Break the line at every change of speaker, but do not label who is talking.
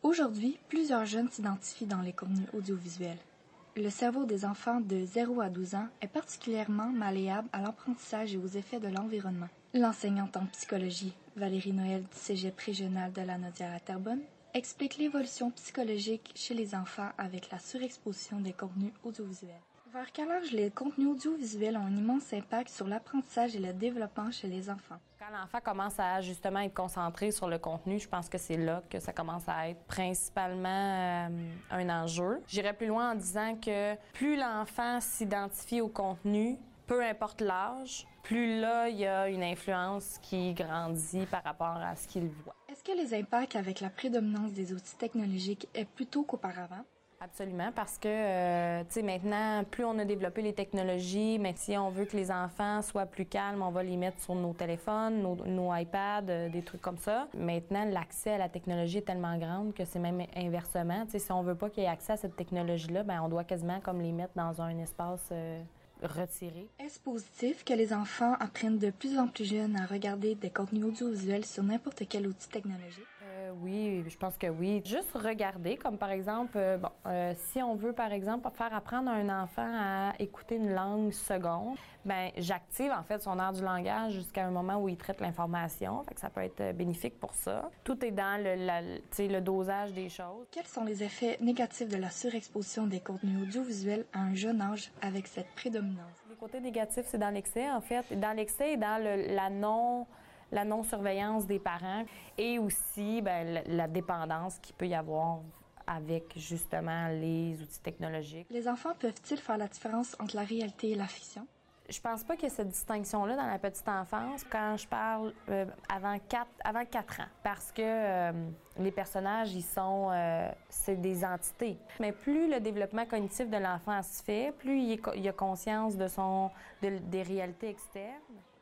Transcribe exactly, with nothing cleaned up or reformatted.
Aujourd'hui, plusieurs jeunes s'identifient dans les contenus audiovisuels. Le cerveau des enfants de zéro à douze ans est particulièrement malléable à l'apprentissage et aux effets de l'environnement. L'enseignante en psychologie, Valérie Noël du Cégep régional de la Naudière à Terrebonne, explique l'évolution psychologique chez les enfants avec la surexposition des contenus audiovisuels. Vers quel âge les contenus audiovisuels ont un immense impact sur l'apprentissage et le développement chez les enfants?
Quand l'enfant commence à justement être concentré sur le contenu, je pense que c'est là que ça commence à être principalement euh, un enjeu. J'irais plus loin en disant que plus l'enfant s'identifie au contenu, peu importe l'âge, plus là, il y a une influence qui grandit par rapport à ce qu'il voit.
Est-ce que les impacts avec la prédominance des outils technologiques est plus tôt qu'auparavant?
Absolument, parce que, euh, tu sais, maintenant, plus on a développé les technologies, mais si on veut que les enfants soient plus calmes, on va les mettre sur nos téléphones, nos, nos iPads, euh, des trucs comme ça. Maintenant, l'accès à la technologie est tellement grande que c'est même inversement. Tu sais, si on veut pas qu'il y ait accès à cette technologie-là, ben on doit quasiment comme les mettre dans un espace euh, retiré.
Est-ce positif que les enfants apprennent de plus en plus jeunes à regarder des contenus audiovisuels sur n'importe quel outil technologique?
Euh, oui, je pense que oui. Juste regarder, comme par exemple, euh, bon, euh, si on veut par exemple faire apprendre à un enfant à écouter une langue seconde, ben j'active en fait son aire du langage jusqu'à un moment où il traite l'information. Fait que ça peut être bénéfique pour ça. Tout est dans le, la, tu sais, le dosage des choses.
Quels sont les effets négatifs de la surexposition des contenus audiovisuels à un jeune âge avec cette prédominance?
Les côtés négatifs, c'est dans l'excès en fait. Dans l'excès et dans le, la non la non-surveillance des parents et aussi ben, la, la dépendance qu'il peut y avoir avec justement les outils technologiques.
Les enfants peuvent-ils faire la différence entre la réalité et la fiction?
Je pense pas qu'il y ait cette distinction-là dans la petite enfance quand je parle euh, avant quatre avant quatre ans, parce que euh, les personnages, ils sont, euh, c'est des entités. Mais plus le développement cognitif de l'enfant se fait, plus il, est, il a conscience de son, de, des réalités externes.